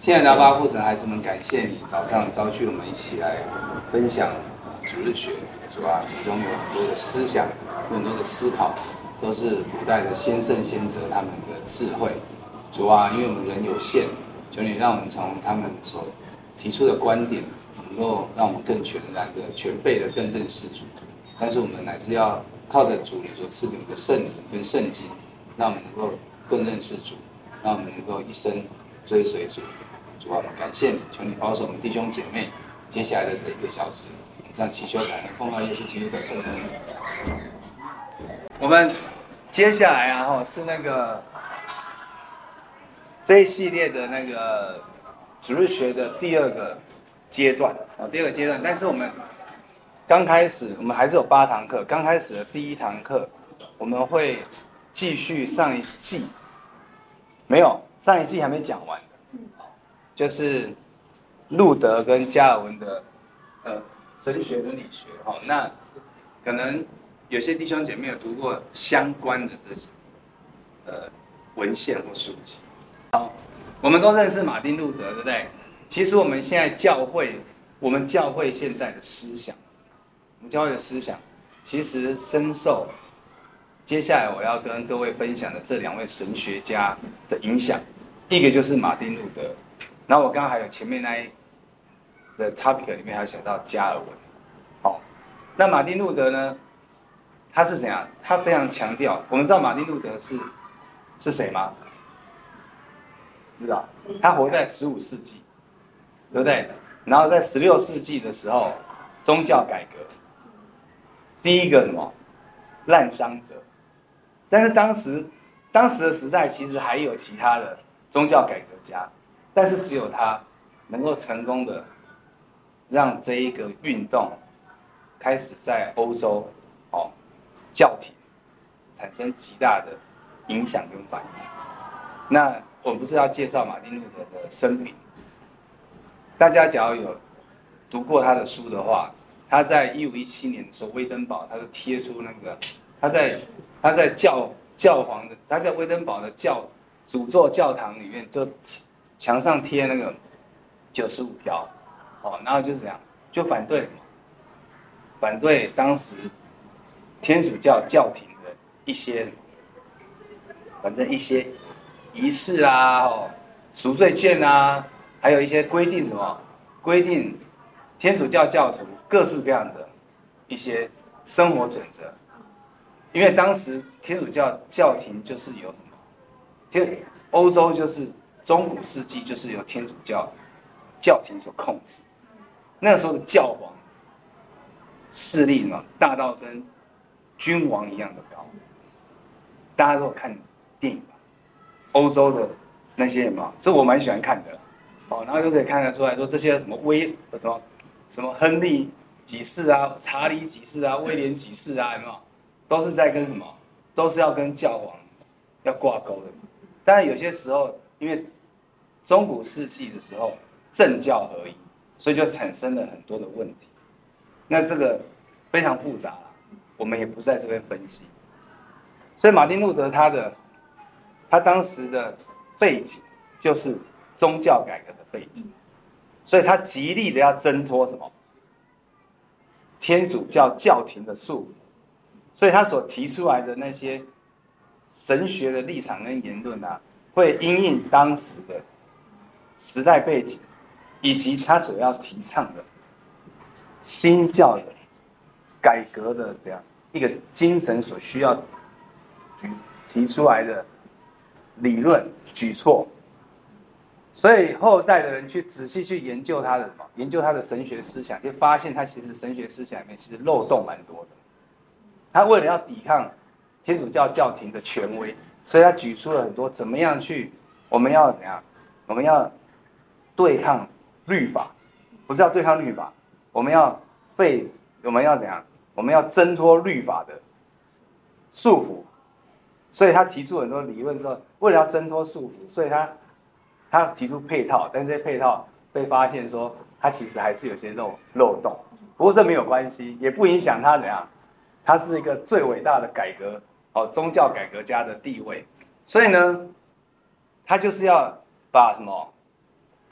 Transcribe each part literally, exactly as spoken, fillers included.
亲爱的阿巴父神孩子们，感谢你早上召聚我们一起来分享主日学，主啊，其中有很多的思想，有很多的思考，都是古代的先圣先哲他们的智慧。主啊，因为我们人有限，求你让我们从他们所提出的观点，能够让我们更全然的、全备的更认识主。但是我们乃是要靠着主你所赐给我们的圣灵跟圣经，让我们能够更认识主，让我们能够一生追随主。主啊，我们感谢你，求你保守我们弟兄姐妹接下来的这一个小时，我们这样祈求感恩，奉靠耶稣基督的圣名。我们接下来啊，是那个这一系列的那个主日学的第二个阶段啊，第二个阶段。但是我们刚开始，我们还是有八堂课。刚开始的第一堂课，我们会继续上一季，没有上一季还没讲完。就是路德跟加尔文的呃神学伦理学哈、哦，那可能有些弟兄姐妹有读过相关的这些呃文献或书籍。好，我们都认识马丁路德，对不对？其实我们现在教会，我们教会现在的思想，我们教会的思想，其实深受接下来我要跟各位分享的这两位神学家的影响。一个就是马丁路德。然后我刚刚还有前面那一的 topic 里面还有写到加尔文，好，那马丁路德呢？他是怎样？他非常强调，我们知道马丁路德是是谁吗？知道，他活在十五世纪，对不对？然后在十六世纪的时候，宗教改革，第一个什么滥觞者，但是当时当时的时代其实还有其他的宗教改革家。但是只有他能够成功的让这一个运动开始在欧洲哦教廷产生极大的影响跟反应。那我不是要介绍马丁路德的生平，大家只要有读过他的书的话，他在一五一七年的时候，威登堡他就贴出那个他在他在教教皇的他在威登堡的教主座教堂里面就。墙上贴那个九十五条，哦，然后就这样，就反对什么？反对当时天主教教廷的一些，反正一些仪式啊，哦，赎罪券啊，还有一些规定什么？规定天主教教徒各式各样的一些生活准则。因为当时天主教教廷就是有什么？天欧洲就是。中古世纪就是由天主教教廷所控制，那个时候的教皇势力呢大到跟君王一样的高。大家都有看电影吧？欧洲的那些人嘛，是我蛮喜欢看的哦，然后就可以看得出来说这些什么威什么什么亨利几世啊、查理几世啊、威廉几世啊，有没有？都是在跟什么？都是要跟教皇要挂钩的。当然有些时候。因为中古世纪的时候政教合一，所以就产生了很多的问题。那这个非常复杂了，我们也不在这边分析。所以马丁路德他的他当时的背景就是宗教改革的背景，所以他极力的要挣脱什么天主教教廷的束缚，所以他所提出来的那些神学的立场跟言论啊。会因应当时的时代背景，以及他所要提倡的新教的改革的这样一个精神所需要举提出来的理论举措，所以后代的人去仔细去研究他的什么，研究他的神学思想，就发现他其实神学思想里面其实漏洞蛮多的。他为了要抵抗天主教教廷的权威。所以他举出了很多怎么样去，我们要怎样？我们要对抗律法，不是要对抗律法，我们要废，我们要怎样？我们要挣脱律法的束缚。所以他提出很多理论之后，为了要挣脱束缚，所以他他提出配套，但这些配套被发现说，他其实还是有些漏漏洞。不过这没有关系，也不影响他怎样，他是一个最伟大的改革。哦，宗教改革家的地位，所以呢，他就是要把什么，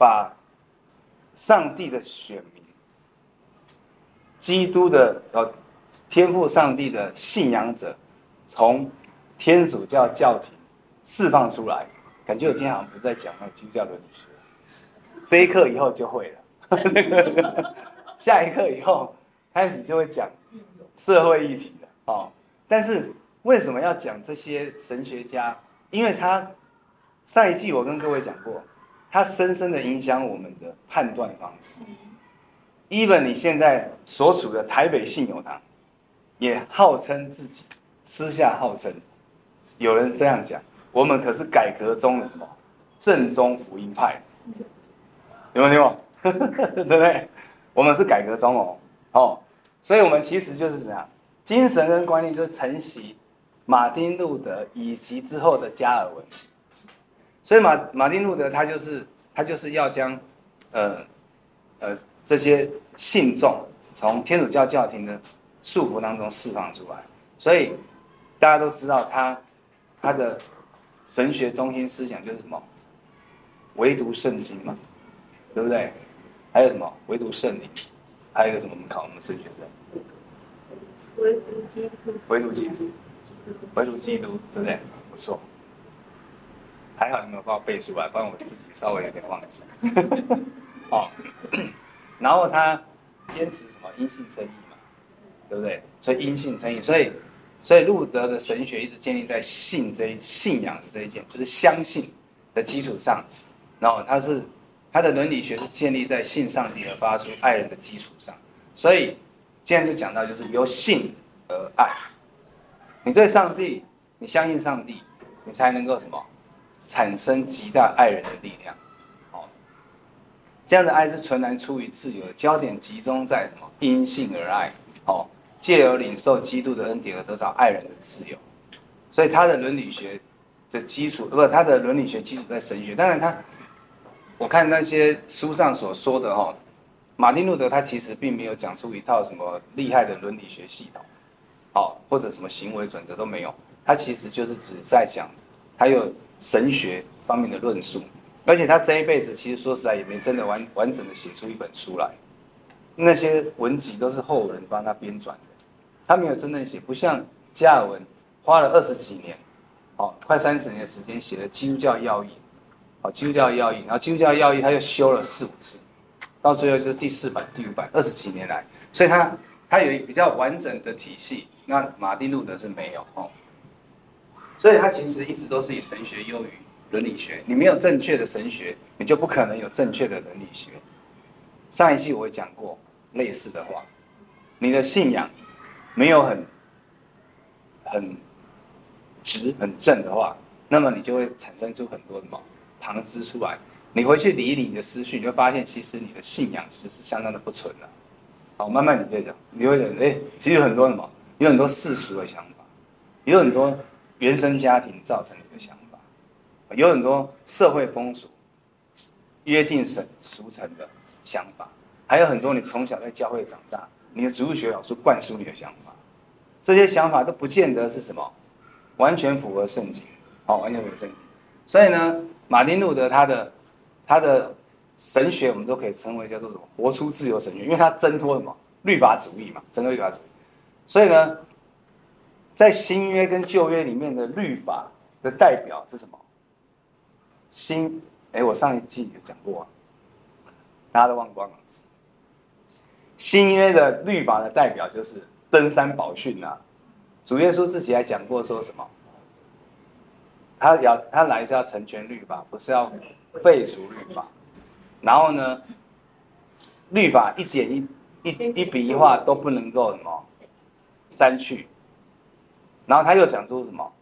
把上帝的选民、基督的呃天父上帝的信仰者，从天主教教廷释放出来。感觉我今天好像不是在讲那个基督教伦理学，这一课以后就会了。下一课以后开始就会讲社会议题了哦。但是为什么要讲这些神学家？因为他上一季我跟各位讲过，他深深的影响我们的判断方式。even 你现在所处的台北信友堂，也号称自己私下号称，有人这样讲，我们可是改革中的什么正宗福音派，有没有听过？对不对？我们是改革中哦，哦，所以我们其实就是怎样，精神跟观念就是承袭马丁路德以及之后的加尔文。所以马马丁路德他就是他就是要将呃呃这些信众从天主教教廷的束缚当中释放出来。所以大家都知道他他的神学中心思想就是什么？唯独圣经嘛，对不对？还有什么？唯独圣灵，还有一个什么？我们考我们神学生， 唯独基督， 唯独基督，唯独基督，对不对？不错。还好你没有帮我背出来，不然我自己稍微有点忘记。哦，然后他坚持什么因信称义嘛，对不对？所以因信称义，所以所以路德的神学一直建立在信这一信仰的这一件，就是相信的基础上。然后他是他的伦理学是建立在信上帝而发出爱人的基础上。所以今天就讲到，就是由信而爱。你对上帝，你相信上帝，你才能够什么？产生极大爱人的力量，哦，这样的爱是纯然出于自由的，焦点集中在什么？因信而爱，哦，借由领受基督的恩典而得到爱人的自由。所以他的伦理学的基础，不，他的伦理学基础在神学。当然他，我看那些书上所说的哈、哦，马丁路德他其实并没有讲出一套什么厉害的伦理学系统，哦，或者什么行为准则都没有，他其实就是只在讲，他有神学方面的论述，而且他这一辈子其实说实在也没真的完完整的写出一本书来，那些文集都是后人帮他编纂的，他没有真正写，不像加尔文花了二十几年，哦，快三十年的时间写了《基督教要义》，哦，《基督教要义》，然后《基督教要义》他又修了四五次，到最后就是第四版、第五版，二十几年来，所以他他有一比较完整的体系，那马丁路德是没有哦。所以它其实一直都是以神学优于伦理学。你没有正确的神学，你就不可能有正确的伦理学。上一季我也讲过类似的话，你的信仰没有很很直很正的话，那么你就会产生出很多什么旁支出来。你回去理一理你的思绪，你会发现其实你的信仰其实是相当的不纯的。好，慢慢你就讲，你会觉得，哎，其实有很多什么，有很多世俗的想法，有很多原生家庭造成你的想法，有很多社会风俗、约定俗成的想法，还有很多你从小在教会长大，你的主日学老师灌输你的想法，这些想法都不见得是什么完全符合圣经，哦，完全符合圣经。所以呢，马丁路德他的他的神学，我们都可以称为叫做什么？活出自由神学，因为他挣脱什么律法主义嘛，挣脱律法主义。所以呢，在新约跟旧约里面的律法的代表是什么？新，哎，我上一季有讲过啊，大家都忘光了。新约的律法的代表就是登山宝训啊，主耶稣自己还讲过说什么？他要他来是要成全律法，不是要废除律法。然后呢，律法一点一一一笔一画都不能够什么删去。然后他又讲出什么？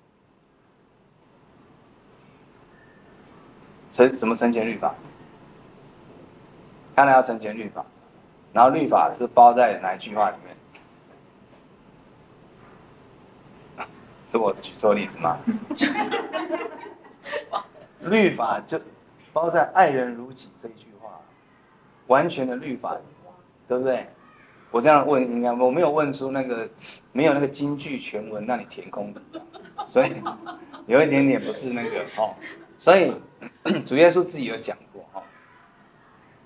成怎么成全律法？看来要成全律法，然后律法是包在哪一句话里面？是我举错例子吗？律法就包在爱人如己这一句话，完全的律法，对不对？我这样问应该我没有问出那个没有那个金句全文让你填空题，所以有一点点不是那个哦。所以主耶稣自己有讲过哦，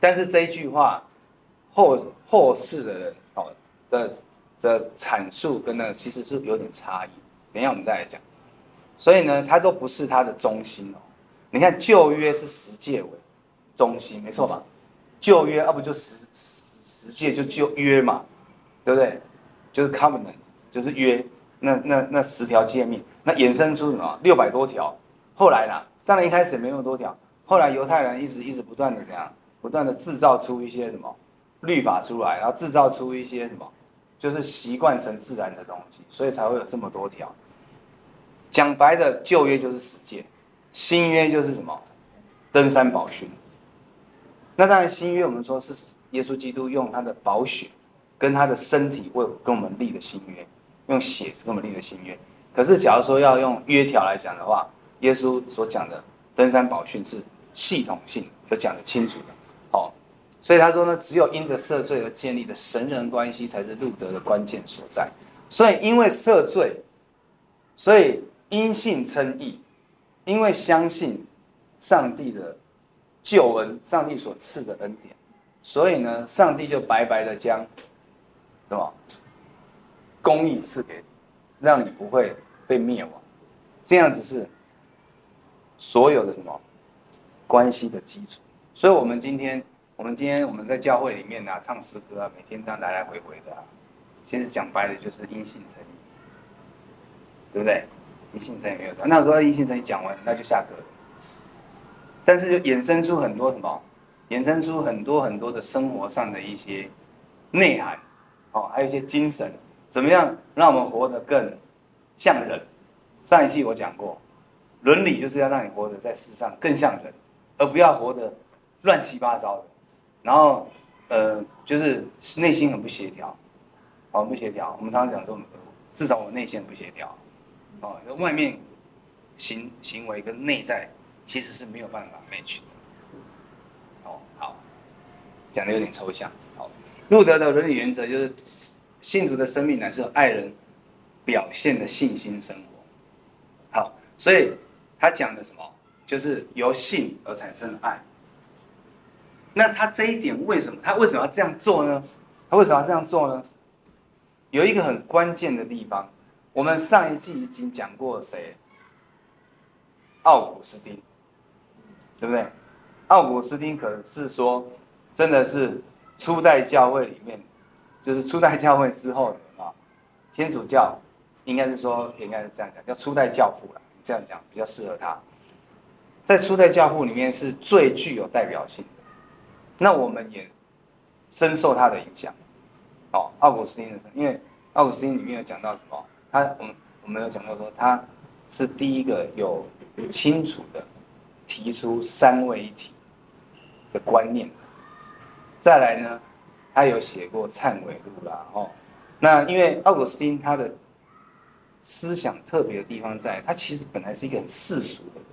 但是这一句话后后世的人哦的的阐述跟那个其实是有点差异，等一下我们再来讲。所以呢，它都不是它的中心哦。你看旧约是十诫为中心，没错吧？旧约要不就十十诫就旧约嘛，对不对？就是 covenant， 就是约，那那那十条诫命，那衍生出什么六百多条。后来啦，当然一开始也没那么多条，后来犹太人一直一直不断的怎样，不断的制造出一些什么律法出来，然后制造出一些什么，就是习惯成自然的东西，所以才会有这么多条。讲白的，旧约就是十诫，新约就是什么？登山宝训。那当然，新约我们说是耶稣基督用他的宝血跟他的身体为跟我们立的新约，用血是跟我们立的新约。可是，假如说要用约条来讲的话，耶稣所讲的登山宝训是系统性，有讲得清楚的。好、哦，所以他说呢，只有因着赦罪而建立的神人关系，才是路德的关键所在。所以，因为赦罪，所以因信称义，因为相信上帝的救恩，上帝所赐的恩典，所以呢，上帝就白白的将什么公义赐给你，让你不会被灭亡。这样子是所有的什么关系的基础。所以，我们今天，我们今天我们在教会里面啊，唱诗歌啊，每天这样来来回回的啊，其实讲白了就是因信称义，对不对？因信称义没有错。那如果因信称义讲完，那就下课了。但是就衍生出很多什么？衍生出很多很多的生活上的一些内涵，哦，还有一些精神，怎么样让我们活得更像人？上一季我讲过，伦理就是要让你活得在世上更像人，而不要活得乱七八糟的，然后呃，就是内心很不协调，哦，不协调。我们常常讲说，至少我内心很不协调，哦，外面行行为跟内在其实是没有办法 match 的。哦，好，讲的有点抽象。好，路德的伦理原则就是，信徒的生命乃是有爱人表现的信心生活。好，所以他讲的什么，就是由信而产生的爱。那他这一点为什么？他为什么要这样做呢？他为什么要这样做呢？有一个很关键的地方，我们上一季已经讲过谁？奥古斯丁，对不对？奥古斯丁可是说，真的是初代教会里面，就是初代教会之后的啊，天主教应该是说，应该是这样讲，叫初代教父了。这样讲比较适合他。在初代教父里面是最具有代表性的。那我们也深受他的影响。哦，奥古斯丁的，因为奥古斯丁里面有讲到什么？他我们我们有讲到说，他是第一个有清楚的提出三位一体的观念。再来呢，他有写过忏悔录啦，哦，那因为奥古斯丁他的思想特别的地方在，他其实本来是一个很世俗的人，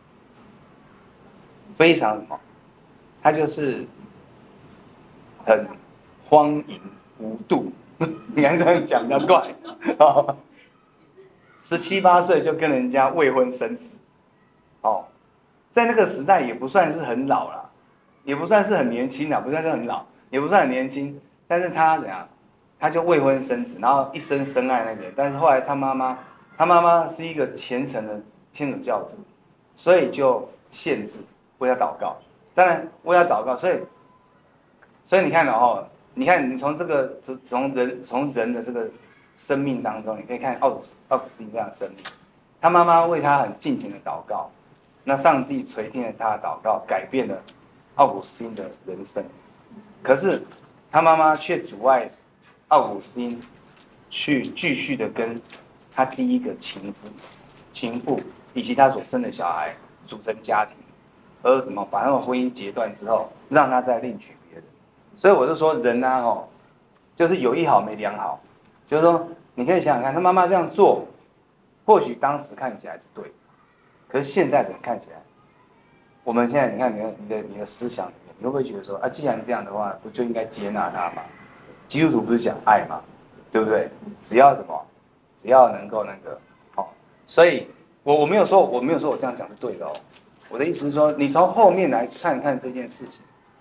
非常什么，他就是很荒淫无度，你看这样讲比较怪哦。十七八岁就跟人家未婚生子，哦，在那个时代也不算是很老啦，也不算是很年轻啦，不算是很老，也不算很年轻，但是他怎样？他就未婚生子，然后一生深爱那个人，但是后来他妈妈，他妈妈是一个虔诚的天主教徒，所以就限制为他祷告。当然为他祷告，所以，所以你看哦，你看你从这个从人从人的这个生命当中，你可以看奥古奥古斯丁这样的生命，他妈妈为他很尽情的祷告，那上帝垂听了他的祷告，改变了奥古斯丁的人生。可是他妈妈却阻碍奥古斯丁去继续的跟他第一个情妇、情妇以及他所生的小孩组成家庭，而怎么把他们婚姻截断之后，让他再另娶别人。所以我就说人啊，哦，就是有一好没两好，就是说你可以想想看，他妈妈这样做，或许当时看起来是对，可是现在的人看起来，我们现在你看你的你的你的思想里面，你会不会觉得说啊，既然这样的话，不就应该接纳他吗？基督徒不是讲爱吗？对不对？只要什么，只要能够那个，哦，所以我我没有说我没有说我这样讲是对的哦。我的意思是说，你从后面来看看这件事情，好好。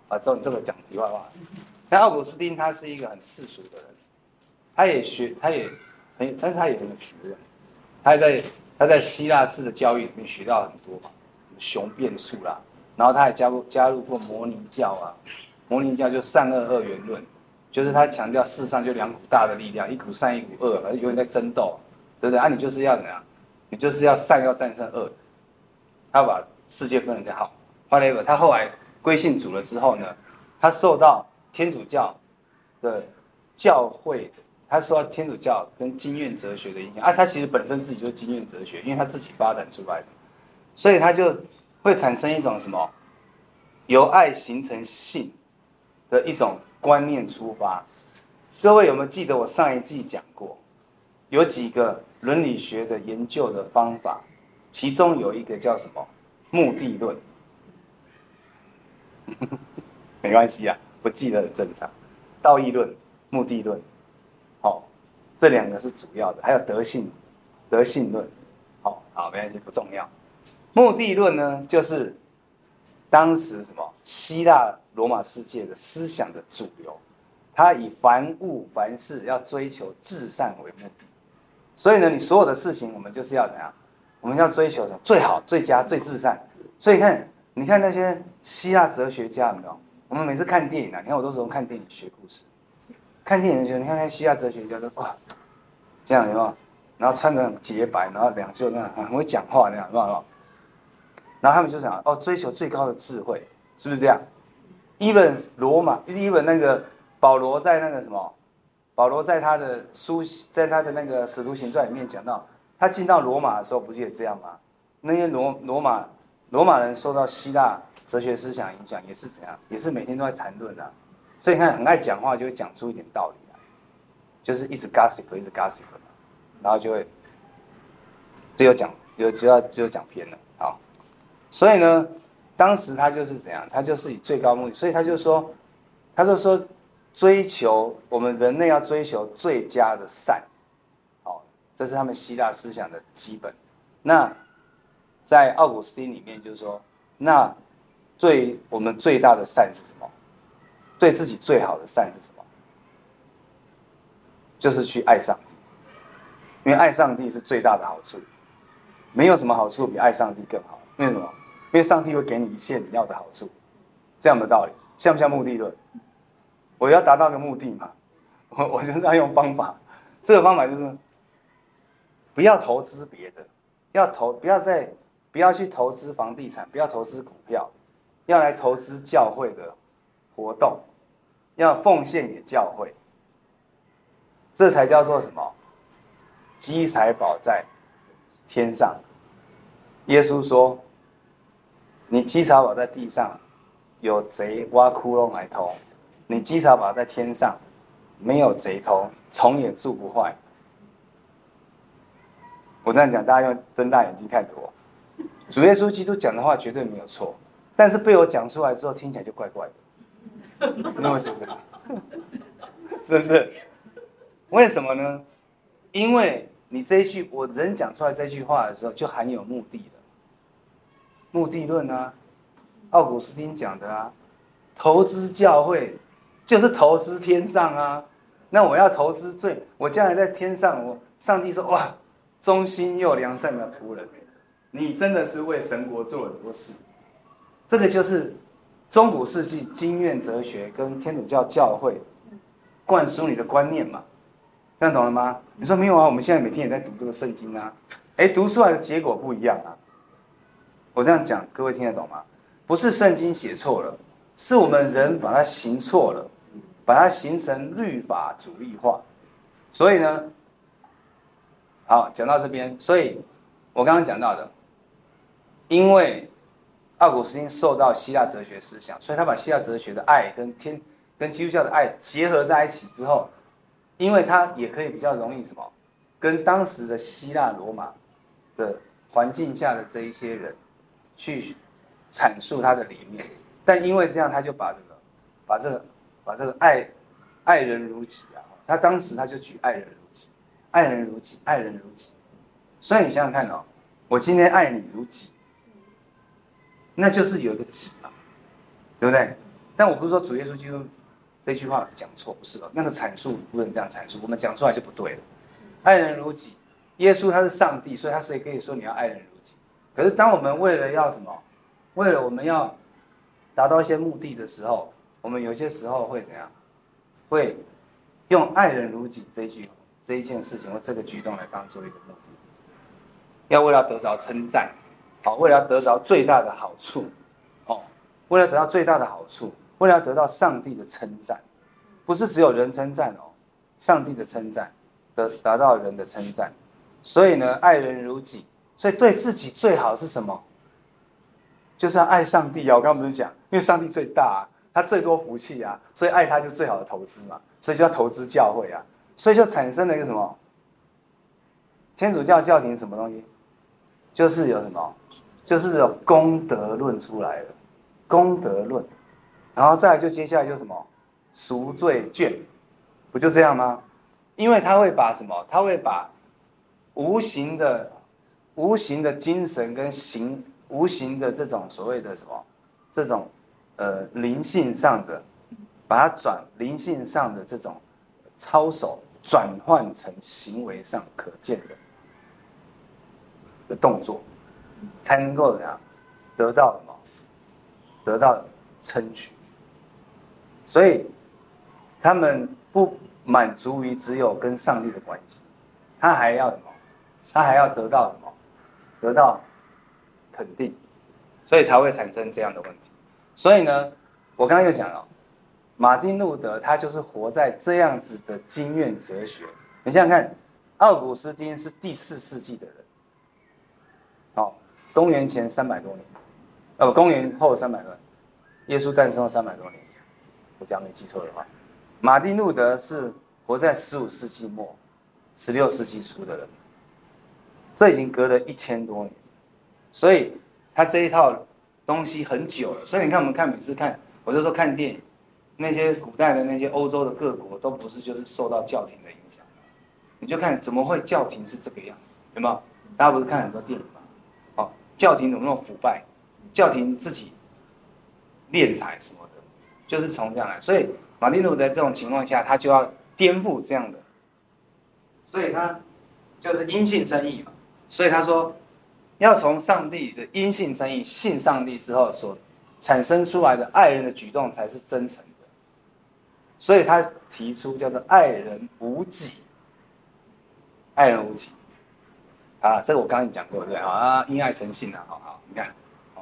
啊，这这个讲题外话。但奥古斯丁他是一个很世俗的人，他也学，他也很，但是他也很有学问。他在他在希腊式的教育里面学到很多嘛，雄辩术啦，然后他还加入加入过摩尼教啊，摩尼教就善恶二元论，就是他强调世上就两股大的力量，一股善一股恶，而永远在争斗，对不对？啊，你就是要怎样？你就是要善要战胜恶，他把世界分得这样好。whatever， 他后来归信主了之后呢，他受到天主教的教会，他受到天主教跟经验哲学的影响啊，他其实本身自己就是经验哲学，因为他自己发展出来的，所以他就会产生一种什么由爱形成性的一种观念出发。各位有没有记得我上一季讲过，有几个伦理学的研究的方法，其中有一个叫什么目的论。没关系啊，不记得很正常。道义论、目的论，好、哦，这两个是主要的，还有德性、德性论，好、哦，好，没关系，不重要。目的论呢，就是当时什么希腊罗马世界的思想的主流，它以凡物凡事要追求至善为目的，所以呢，你所有的事情，我们就是要怎样？我们要追求什么？最好、最佳、最至善。所以看，你看那些希腊哲学家有没有？我们每次看电影啊，你看我都是从看电影学故事。看电影的时候，你看那些希腊哲学家都哇，这样有没有？然后穿得很洁白，然后两袖那样很会讲话那样，有没有？然后他们就想哦，追求最高的智慧，是不是这样 ？even 罗马 ，even 那个保罗在那个什么，保罗在他的书，在他的那个使徒行传里面讲到，他进到罗马的时候，不是也这样吗？那些罗罗马罗马人受到希腊哲学思想影响，也是怎样？也是每天都在谈论啊。所以你看，很爱讲话，就会讲出一点道理来，就是一直 gossip， 一直 gossip 嘛，然后就会只有讲，有只要只有讲偏了啊。所以呢，当时他就是怎样？他就是以最高目的，所以他就说，他就说，追求我们人类要追求最佳的善，好，这是他们希腊思想的基本。那在奥古斯丁里面就是说，那对我们最大的善是什么？对自己最好的善是什么？就是去爱上帝，因为爱上帝是最大的好处，没有什么好处比爱上帝更好。为什么？因为上帝会给你一切你要的好处，这样的道理，像不像目的论？我要达到一个目的嘛，我我就是要用方法，这个方法就是不要投资别的，要投不要再不要去投资房地产，不要投资股票，要来投资教会的活动，要奉献给教会，这才叫做什么？积财宝在天上。耶稣说：“你积财宝在地上，有贼挖窟窿来偷；你积财宝在天上，没有贼偷，虫也蛀不坏。”我这样讲，大家用瞪大眼睛看着我。主耶稣基督讲的话绝对没有错，但是被我讲出来之后，听起来就怪怪的。你有没有觉得？是不是？为什么呢？因为你这一句，我人讲出来这句话的时候，就含有目的了。目的论啊，奥古斯丁讲的啊，投资教会就是投资天上啊。那我要投资最，我将来在天上，我上帝说哇，忠心又良善的仆人，你真的是为神国做了很多事。这个就是中古世纪经验哲学跟天主教教会灌输你的观念嘛，这样懂了吗？你说没有啊？我们现在每天也在读这个圣经啊，哎，读出来的结果不一样啊。我这样讲，各位听得懂吗？不是圣经写错了，是我们人把它行错了，把它形成律法主义化。所以呢，好，讲到这边，所以我刚刚讲到的，因为奥古斯丁受到希腊哲学思想，所以他把希腊哲学的爱跟天跟基督教的爱结合在一起之后，因为他也可以比较容易什么，跟当时的希腊罗马的环境下的这一些人去阐述他的理念，但因为这样，他就把这个把这个把这个爱爱人如己啊，他当时他就举爱人如己，爱人如己，爱人如己。所以你想想看哦，我今天爱你如己，那就是有一个己嘛，对不对？ 但我不是说主耶稣基督这句话讲错，不是的，那个阐述不能这样阐述，我们讲出来就不对了。爱人如己，耶稣他是上帝，所以他所以可以说你要爱人如己。可是当我们为了要什么，为了我们要达到一些目的的时候，我们有些时候会怎样？会用爱人如己这一句这一件事情或这个举动来当做一个目的，要为了得着称赞，好，为了得着最大的好处，哦，为了得到最大的好处，为了得到上帝的称赞，不是只有人称赞哦，上帝的称赞，得达到人的称赞。所以呢，爱人如己，所以对自己最好是什么？就是要爱上帝啊！我刚刚不是讲，因为上帝最大啊，他最多福气啊，所以爱他就最好的投资嘛，所以就要投资教会啊，所以就产生了一个什么？天主教教廷什么东西？就是有什么？就是有功德论出来了，功德论，然后再来就接下来就什么？赎罪券，不就这样吗？因为他会把什么？他会把无形的、无形的精神跟形。无形的这种所谓的什么，这种呃灵性上的，把它转灵性上的这种操守转换成行为上可见的的动作，才能够怎样得到什么？得到称许。所以他们不满足于只有跟上帝的关系，他还要什么？他还要得到什么？得到肯定，所以才会产生这样的问题。所以呢，我刚刚又讲了，马丁路德他就是活在这样子的经验哲学。你想想看，奥古斯丁是第四世纪的人，好、哦，公元前三百多年，呃，公元后三百多年，耶稣诞生后三百多年，我讲没记错的话，马丁路德是活在十五世纪末、十六世纪初的人，这已经隔了一千多年。所以他这一套东西很久了，所以你看我们看每次看，我就说看电影，那些古代的那些欧洲的各国都不是就是受到教廷的影响，你就看怎么会教廷是这个样子，有没有？大家不是看很多电影吗？哦，教廷怎么那么腐败？教廷自己敛财什么的，就是从这样来。所以马丁路德这种情况下，他就要颠覆这样的，所以他就是因信称义嘛。所以他说。要从上帝的因信称义，信上帝之后所产生出来的爱人的举动才是真诚的，所以他提出叫做爱人无己，爱人无己，啊，这个我刚刚讲过，对啊，因爱成性啊，好好，你看，哦，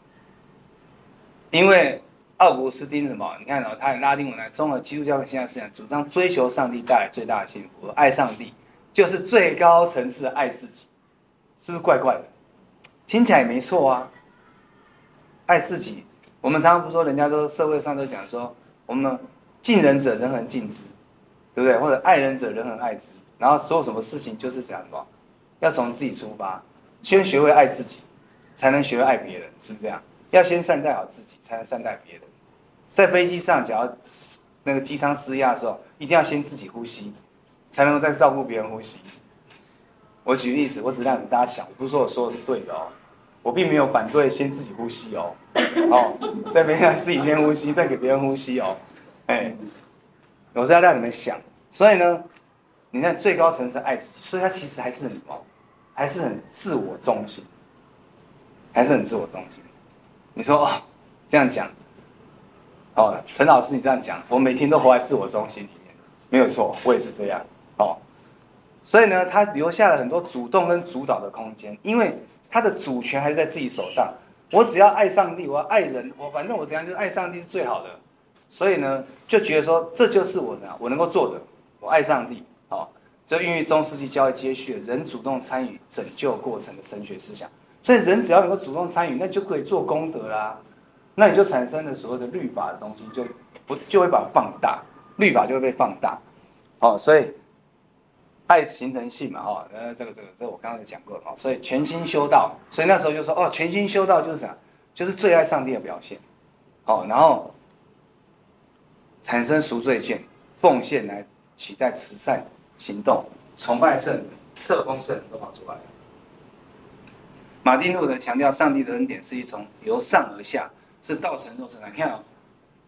因为奥古斯丁什么，你看哦，他拉丁文来综合基督教跟现代思想，主张追求上帝带来最大的幸福，爱上帝就是最高层次的爱自己，是不是怪怪的？听起来也没错啊，爱自己。我们常常不说，人家都社会上都讲说，我们敬人者人恒敬之，对不对？或者爱人者人恒爱之。然后所有什么事情就是这样的，要从自己出发，先学会爱自己，才能学会爱别人，是不是这样？要先善待好自己，才能善待别人。在飞机上，假如那个机舱失压的时候，一定要先自己呼吸，才能够再照顾别人呼吸。我举例子，我只让大家想，不是说我说的是对的哦。我并没有反对先自己呼吸哦，哦，在别人自己先呼吸，再给别人呼吸哦，哎，我是要让你们想，所以呢，你看最高层次爱自己，所以他其实还是很什么，还是很自我中心，还是很自我中心。你说哦，这样讲，哦，陈老师你这样讲，我每天都活在自我中心里面，没有错，我也是这样，哦，所以呢，他留下了很多主动跟主导的空间，因为。他的主权还是在自己手上，我只要爱上帝，我要爱人，我反正我怎样就是爱上帝是最好的，所以呢，就觉得说这就是我怎样我能够做的，我爱上帝，哦，这孕育中世纪教会接续了人主动参与拯救过程的神学思想，所以人只要能够主动参与，那就可以做功德啦，那你就产生了所谓的律法的东西，就不就会把它放大，律法就会被放大，哦，所以。爱形成性嘛，哈，呃，这个这个这个我刚刚讲过了，所以全心修道，所以那时候就说，哦，全心修道就是啥，就是最爱上帝的表现，好，然后产生赎罪券、奉献来取代慈善行动、崇拜圣人、册封圣人都跑出来了。马丁路德强调，上帝的恩典是一从由上而下，是道成肉身。来看哦，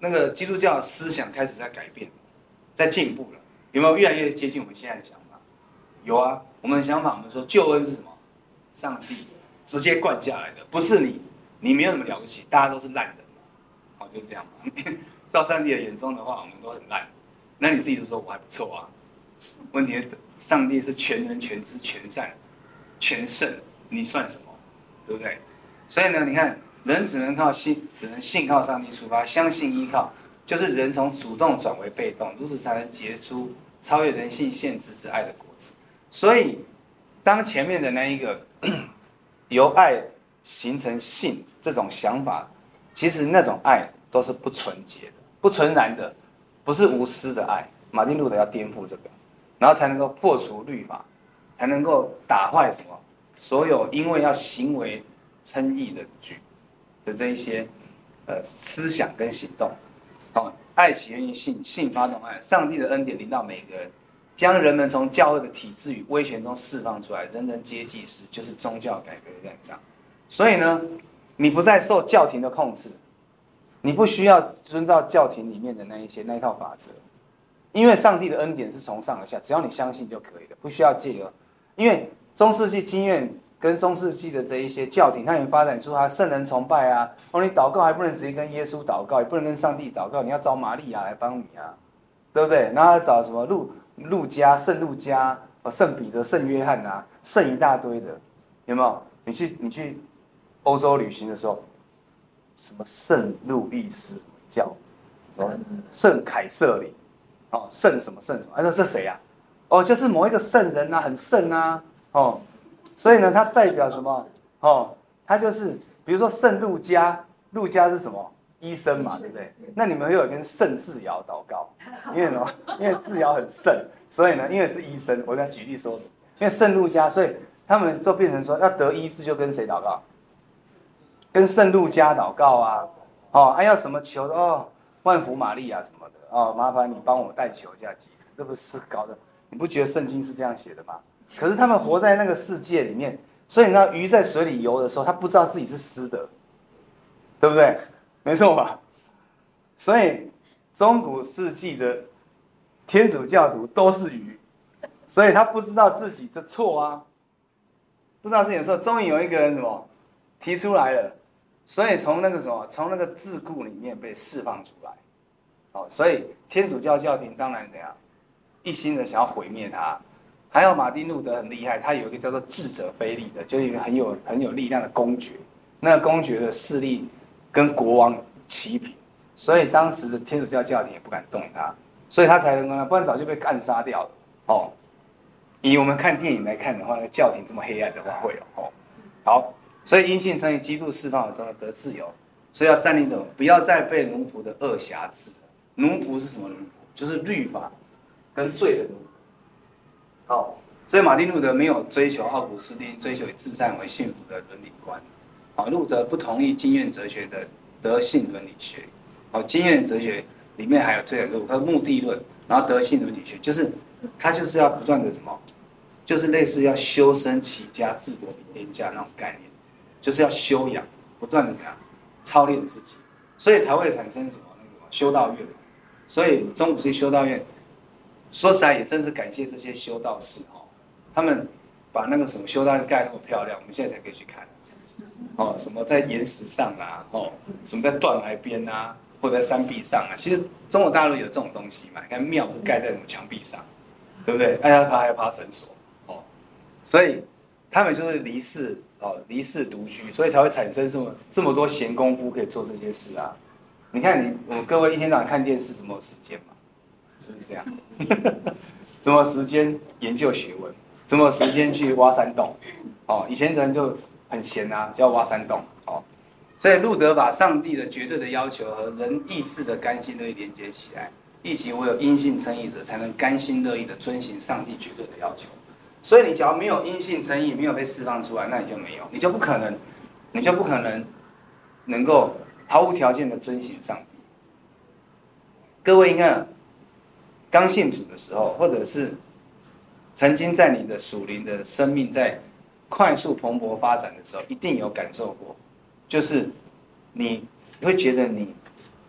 那个基督教思想开始在改变，在进步了，有没有越来越接近我们现在的想法？有啊，我们的想法，我们说救恩是什么？上帝直接灌下来的，不是你，你没有什么了不起，大家都是烂人，好，就这样嘛。照上帝的眼中的话，我们都很烂，那你自己就说我还不错啊。问题是上帝是全能、全知、全善、全胜，你算什么？对不对？所以呢，你看，人只能靠信，只能信靠上帝出发，相信依靠，就是人从主动转为被动，如此才能结出超越人性限制之爱的果子。所以，当前面的那一个由爱形成信这种想法，其实那种爱都是不纯洁的、不纯然的，不是无私的爱。马丁路德要颠覆这个，然后才能够破除律法，才能够打坏什么？所有因为要行为称义的举的这一些呃思想跟行动。哦，爱起源于信，信发动爱，上帝的恩典临到每个人，将人们从教会的体制与威权中释放出来，人人皆祭司，就是宗教改革的诞生。所以呢，你不再受教廷的控制，你不需要遵照教廷里面的那一些那一套法则，因为上帝的恩典是从上而下，只要你相信就可以了，不需要借由。因为中世纪经院跟中世纪的这一些教廷，它已经发展出它圣人崇拜啊，哦，你祷告还不能直接跟耶稣祷告，也不能跟上帝祷告，你要找玛利亚来帮你啊，对不对？然后找什么路路加、圣路加、圣彼得、圣约翰啊，圣一大堆的，有没有？你去你去欧洲旅行的时候，什么圣路易斯教，什么圣凯瑟琳，哦，圣什么圣什么？哎，这是谁啊？哦，就是某一个圣人啊，很圣啊，哦，所以呢，它代表什么？哦，它就是比如说圣路加，路加是什么？医生嘛，对不对？那你们会有跟圣智尧祷告，因为什么？因为智尧很圣，所以呢，因为是医生，我在举例说，因为圣路加，所以他们都变成说要得医治就跟谁祷告？跟圣路加祷告啊，哦，还、啊、要什么求哦，万福玛利亚什么的哦，麻烦你帮我代求一下祈福，这不是搞的？你不觉得圣经是这样写的吗？可是他们活在那个世界里面，所以你知道鱼在水里游的时候，他不知道自己是湿的，对不对？没错吧？所以中古世纪的天主教徒都是鱼，所以他不知道自己的错啊，不知道自己的错。终于有一个人什么提出来了，所以从那个什么，从那个桎梏里面被释放出来。哦，所以天主教教廷当然怎样，一心的想要毁灭他。还有马丁路德很厉害，他有一个叫做智者非力的，就是一个很有很有力量的公爵，那个公爵的势力跟国王齐平，所以当时的天主教教廷也不敢动他，所以他才能够，不然早就被暗杀掉了。哦，以我们看电影来看的话，那个教廷这么黑暗的话会有哦。好，所以因信称义，基督释放了得自由，所以要站立的，不要再被奴仆的恶辖制。奴仆是什么奴仆？就是律法跟罪的奴仆。好，所以马丁路德没有追求奥古斯丁追求以至善为幸福的伦理观。好，路德不同意经验哲学的德性伦理学。好，经验哲学里面还有这两个，它目的论，然后德性伦理学，就是它就是要不断的什么，就是类似要修身齐家治国平天下那种概念，就是要修养，不断的怎样操练自己，所以才会产生什么那个修道院。所以中古世纪修道院，说实在也真是感谢这些修道士哦，他们把那个什么修道院盖那么漂亮，我们现在才可以去看。哦，什么在岩石上啊，哦，什么在断崖边啊，或者在山壁上啊，其实中国大陆有这种东西嘛，你看庙都盖在什么墙壁上，对不对？爱要爬还要爬绳索，哦，所以他们就是离世哦，离世独居，所以才会产生这么这么多闲工夫可以做这些事啊。你看你我们各位一天到晚看电视，怎么有时间嘛？是不是这样？怎么有时间研究学问？怎么有时间去挖山洞？哦，以前的人就很闲啊，就要挖山洞哦。所以路德把上帝的绝对的要求和人意志的甘心乐意连接起来，一起唯有因信称义者才能甘心乐意的遵行上帝绝对的要求。所以你只要没有因信称义，没有被释放出来，那你就没有，你就不可能，你就不可能能够毫无条件的遵行上帝。各位应该刚信主的时候，或者是曾经在你的属灵的生命在快速蓬勃发展的时候，一定有感受过，就是你会觉得你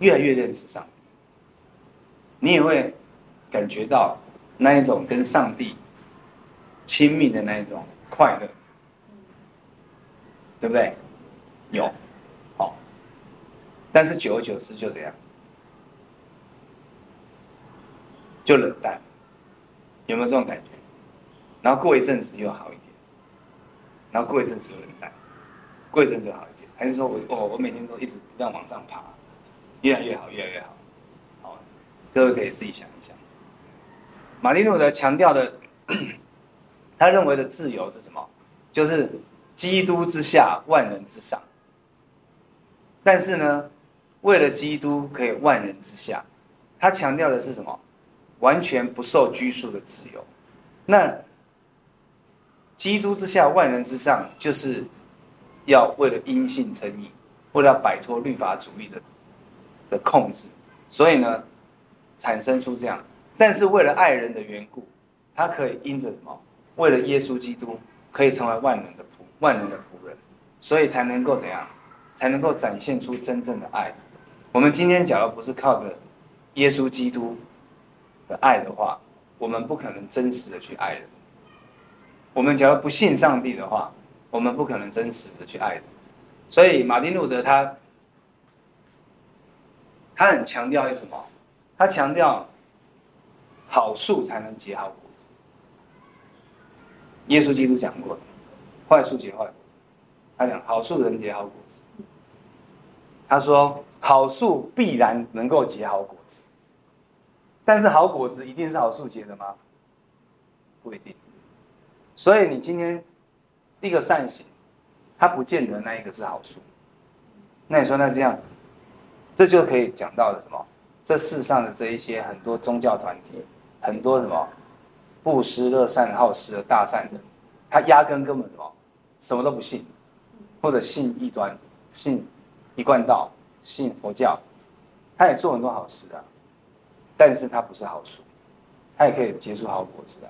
越来越认识上帝，你也会感觉到那一种跟上帝亲密的那一种快乐，对不对？有，好，但是久而久之就这样，就冷淡，有没有这种感觉？然后过一阵子又好一点，然后过一阵子又冷淡，过一阵子就好一点，还是说我哦我每天都一直这样往上爬，越来越好，越来越好，好，各位可以自己想一想。马丁路德强调的，他认为的自由是什么？就是基督之下，万人之上。但是呢，为了基督可以万人之下，他强调的是什么？完全不受拘束的自由。那基督之下，万人之上，就是要为了因信称义，为了要摆脱律法主义的的控制，所以呢，产生出这样。但是为了爱人的缘故，他可以因着什么？为了耶稣基督，可以成为万人的仆万人的仆人，所以才能够怎样？才能够展现出真正的爱。我们今天假如不是靠着耶稣基督的爱的话，我们不可能真实的去爱人。我们假如不信上帝的话，我们不可能真实的去爱人。所以马丁路德他他很强调什么？他强调好树才能结好果子。耶稣基督讲过的，坏树结坏果子。他讲好树能结好果子。他说好树必然能够结好果子，但是好果子一定是好树结的吗？不一定。所以你今天一个善行，它不见得那一个是好树。那你说那这样，这就可以讲到的什么？这世上的这一些很多宗教团体，很多什么布施乐善好施的大善人，他压根根本什么什么都不信，或者信异端，信一贯道，信佛教，他也做很多好事啊，但是他不是好树，他也可以结出好果子来。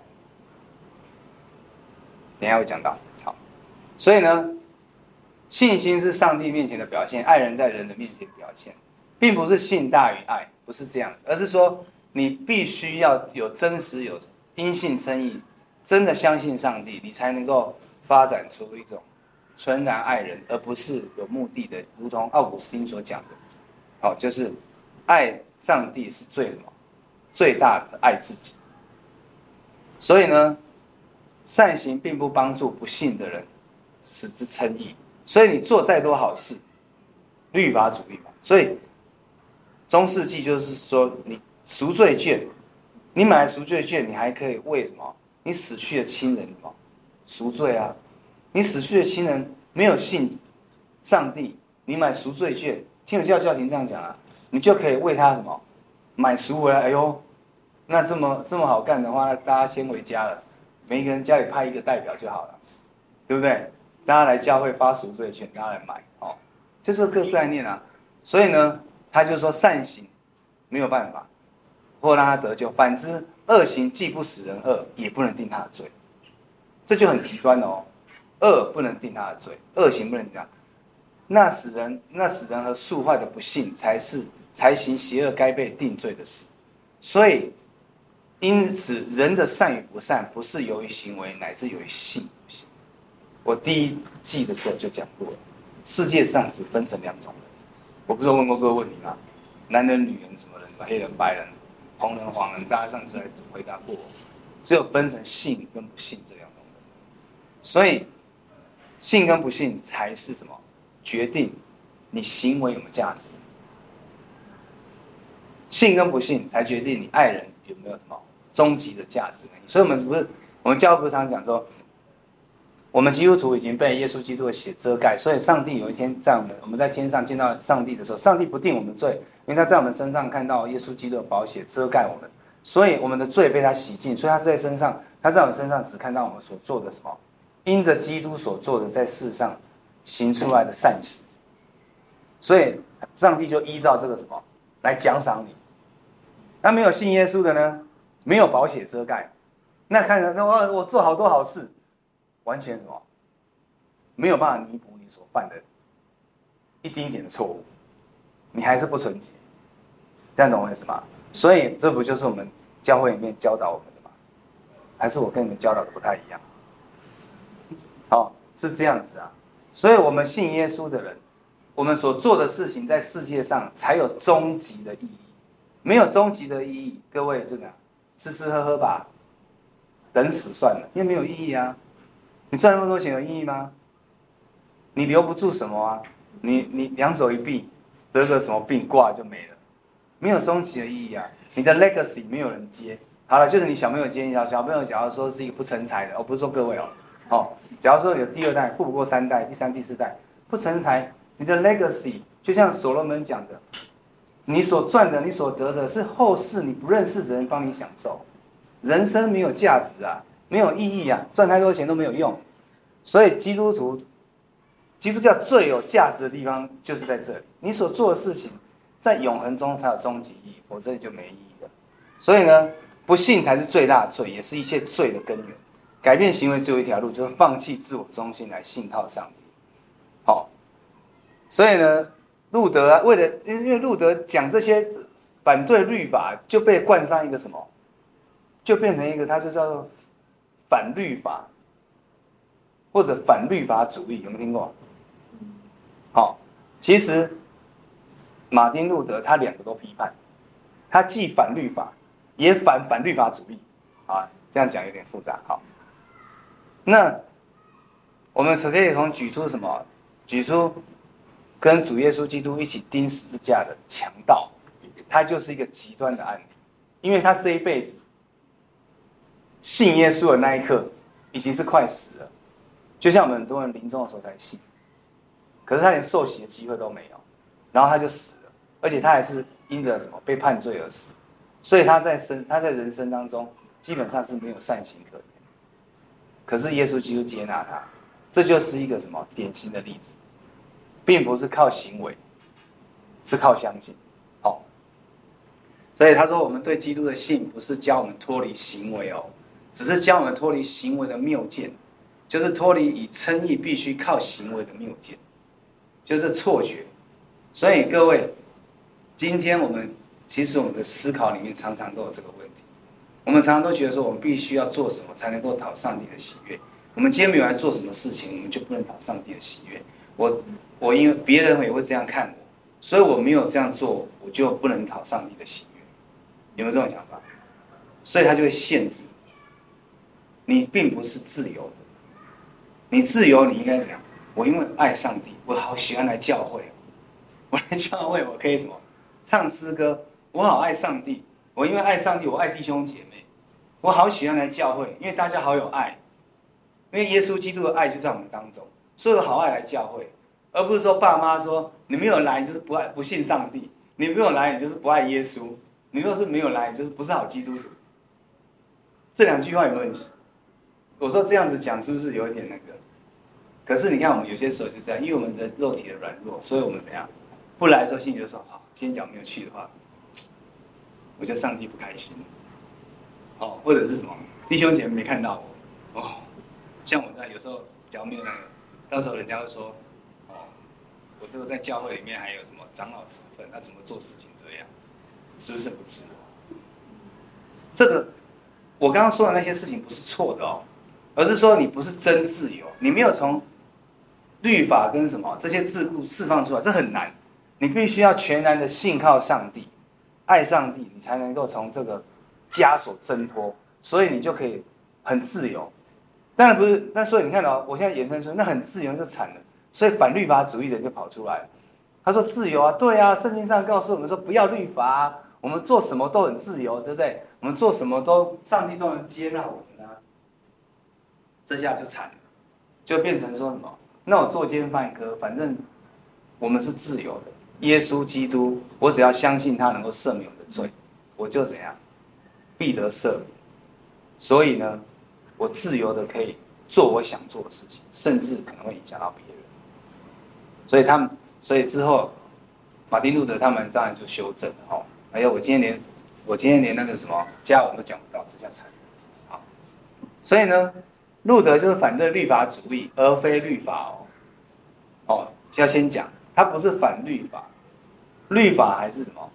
等一下会讲到。好，所以呢，信心是上帝面前的表现，爱人在人的面前的表现，并不是信大于爱，不是这样，而是说你必须要有真实、有因信称义，真的相信上帝，你才能够发展出一种纯然爱人，而不是有目的的，如同奥古斯丁所讲的，好，就是爱上帝是最什么最大的爱自己。所以呢，善行并不帮助不信的人使之称义，所以你做再多好事，律法主义嘛，所以中世纪就是说，你赎罪券，你买赎罪券，你还可以为什么？你死去的亲人什么赎罪啊？你死去的亲人没有信上帝，你买赎罪券，天主教教廷这样讲啊，你就可以为他什么买赎回来。哎呦，那这么这么好干的话，那大家先回家了。每一个人家里派一个代表就好了，对不对？大家来教会发赎罪券，大家来买，哦，这就是个概念啊。所以呢，他就说善行没有办法，或让他得救；反之，恶行既不使人恶，也不能定他的罪。这就很极端哦，恶不能定他的罪，恶行不能定他。那使人那使人和树坏的不信，才是才行邪恶该被定罪的事。所以。因此，人的善与不善，不是由于行为，乃是由于信不信。我第一季的时候就讲过了，世界上只分成两种人。我不是问过各位问题吗？男人、女人，什么人？黑人、白人，红人、黄人，大家上次来回答过我。只有分成信跟不信这两种人。所以，信跟不信才是什么？决定你行为有没有价值。信跟不信才决定你爱人有没有什么终极的价值。所以我们不是我们教会不是常讲说，我们基督徒已经被耶稣基督的血遮盖，所以上帝有一天在我们我们在天上见到上帝的时候，上帝不定我们罪，因为他在我们身上看到耶稣基督的宝血遮盖我们，所以我们的罪被他洗净，所以他在身上，他在我们身上只看到我们所做的什么，因着基督所做的在世上行出来的善行，所以上帝就依照这个什么来奖赏你。那没有信耶稣的呢，没有宝血遮盖，那看着那我我做好多好事，完全什么没有办法弥补你所犯的一丁点的错误，你还是不纯洁， 这样懂我意思吗？所以这不就是我们教会里面教导我们的吗？还是我跟你们教导的不太一样？哦，是这样子啊。所以我们信耶稣的人，我们所做的事情在世界上才有终极的意义。没有终极的意义，各位就这样吃吃喝喝吧，等死算了，因为没有意义啊。你赚那么多钱有意义吗？你留不住什么啊？你你两手一闭，得个什么病挂就没了，没有终极的意义啊。你的 legacy 没有人接。好了，就是你小朋友接，小小朋友假如说是一个不成才的，哦，不是说各位哦，哦，假如说有第二代富不过三代，第三、第四代不成才，你的 legacy 就像所罗门讲的，你所赚的、你所得的是后世你不认识的人帮你享受，人生没有价值啊，没有意义啊，赚太多钱都没有用。所以基督徒、基督教最有价值的地方就是在这里，你所做的事情在永恒中才有终极意义，否则就没意义了。所以呢，不信才是最大的罪，也是一切罪的根源。改变行为只有一条路，就是放弃自我中心来信靠上帝。好，所以呢，路德啊，为了因为路德讲这些反对律法，就被冠上一个什么，就变成一个，他就叫做反律法，或者反律法主义，有没有听过？好，其实马丁路德他两个都批判，他既反律法，也反反律法主义。啊，这样讲有点复杂。好，那我们可以从举出什么？举出跟主耶稣基督一起钉十字架的强盗，他就是一个极端的案例，因为他这一辈子信耶稣的那一刻，已经是快死了，就像我们很多人临终的时候才信，可是他连受洗的机会都没有，然后他就死了，而且他还是因着什么被判罪而死，所以他在生他在人生当中基本上是没有善行可言，可是耶稣基督接纳他，这就是一个什么典型的例子，并不是靠行为，是靠相信。好，所以他说我们对基督的信不是教我们脱离行为哦，只是教我们脱离行为的谬见，就是脱离以称义必须靠行为的谬见，就是错觉。所以各位，今天我们其实我们的思考里面常常都有这个问题，我们常常都觉得说我们必须要做什么才能够讨上帝的喜悦，我们今天没有来做什么事情，我们就不能讨上帝的喜悦。我我因为别人也会这样看我，所以我没有这样做，我就不能讨上帝的喜悦。有没有这种想法？所以他就会限制你，并不是自由的。你自由，你应该怎样？我因为爱上帝，我好喜欢来教会。我来教会，我可以什么？唱诗歌。我好爱上帝，我因为爱上帝，我爱弟兄姐妹，我好喜欢来教会，因为大家好有爱，因为耶稣基督的爱就在我们当中，所以我好爱来教会，而不是说爸妈说你没有来，你就是不爱不信上帝；你没有来，你就是不爱耶稣；你若是没有来，你就是不是好基督徒。这两句话有没有？我说这样子讲是不是有一点那个？可是你看，我们有些时候就这样，因为我们的肉体的软弱，所以我们怎样？不来的时候，心里就说：好，今天假如没有去的话，我觉得上帝不开心。哦，或者是什么弟兄姐妹没看到我，哦，像我在有时候假如没有那个，到时候人家会说：哦，我这个在教会里面还有什么长老职分，他怎么做事情这样，是不是不自由？这个我刚刚说的那些事情不是错的哦，而是说你不是真自由，你没有从律法跟什么这些桎梏释放出来，这很难。你必须要全然的信靠上帝，爱上帝，你才能够从这个枷锁挣脱，所以你就可以很自由。当然不是，那所以你看到、哦、我现在延伸出，那很自由就惨了。所以反律法主义的人就跑出来了，他说自由啊，对啊，圣经上告诉我们说不要律法啊，我们做什么都很自由，对不对？我们做什么都上帝都能接纳我们啊。这下就惨了，就变成说什么？那我作奸犯科，反正我们是自由的。耶稣基督，我只要相信他能够赦免我的罪，我就怎样必得赦免。所以呢，我自由的可以做我想做的事情，甚至可能会影响到别人。所以他们，所以之后，马丁路德他们当然就修正了哦。还有我今天连我今天连那个什么加文都讲不到，这下惨了。好，所以呢，路德就是反对律法主义，而非律法哦。哦，要先讲，他不是反律法。律法还是什么？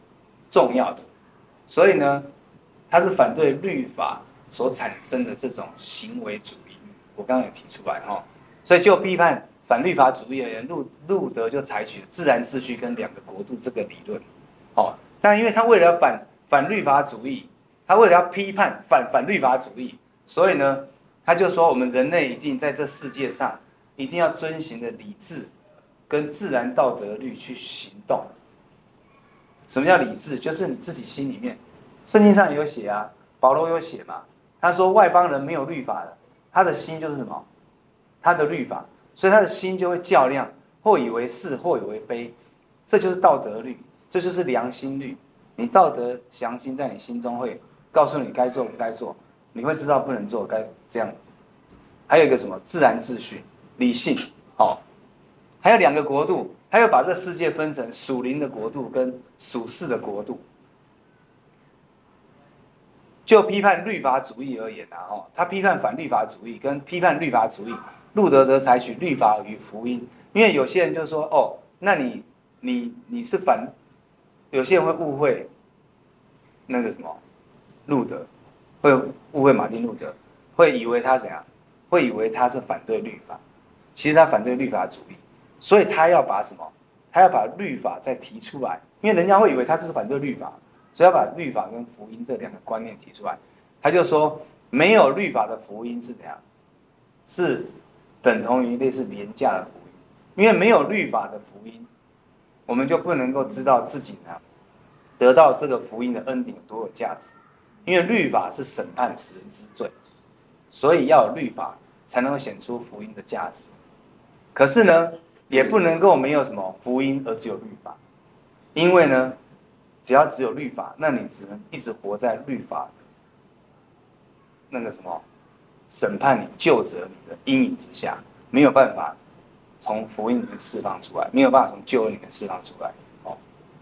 重要的。所以呢，他是反对律法所产生的这种行为主义。我刚刚有提出来哈，所以就批判反律法主义而言，路路德就采取自然秩序跟两个国度这个理论。哦，但因为他为了反反律法主义，他为了要批判反反律法主义，所以呢，他就说我们人类一定在这世界上一定要遵循的理智跟自然道德律去行动。什么叫理智？就是你自己心里面，圣经上有写啊，保罗有写嘛。他说外邦人没有律法的，他的心就是什么？他的律法，所以他的心就会较量，或以为是，或以为非。这就是道德律，这就是良心律。你道德良心在你心中会告诉你该做不该做，你会知道不能做该这样。还有一个什么自然秩序、理性，哦，还有两个国度。他又把这世界分成属灵的国度跟属世的国度。就批判律法主义而言啊，哦，他批判反律法主义跟批判律法主义，路德则采取律法与福音。因为有些人就说，哦，那你你你是反，有些人会误会那个什么路德，会误会马丁路德，会以为他怎样，会以为他是反对律法，其实他反对律法主义。所以他要把什么？他要把律法再提出来，因为人家会以为他是反对律法，所以要把律法跟福音这两个观念提出来。他就说，没有律法的福音是怎样？是等同于类似廉价的福音，因为没有律法的福音，我们就不能够知道自己呢得到这个福音的恩典有多有价值。因为律法是审判死人之罪，所以要有律法才能够显出福音的价值。可是呢，也不能够没有什么福音而只有律法，因为呢，只要只有律法，那你只能一直活在律法的那个什么审判你、究责你的阴影之下，没有办法从福音里面释放出来，没有办法从救恩里面释放出来。哦，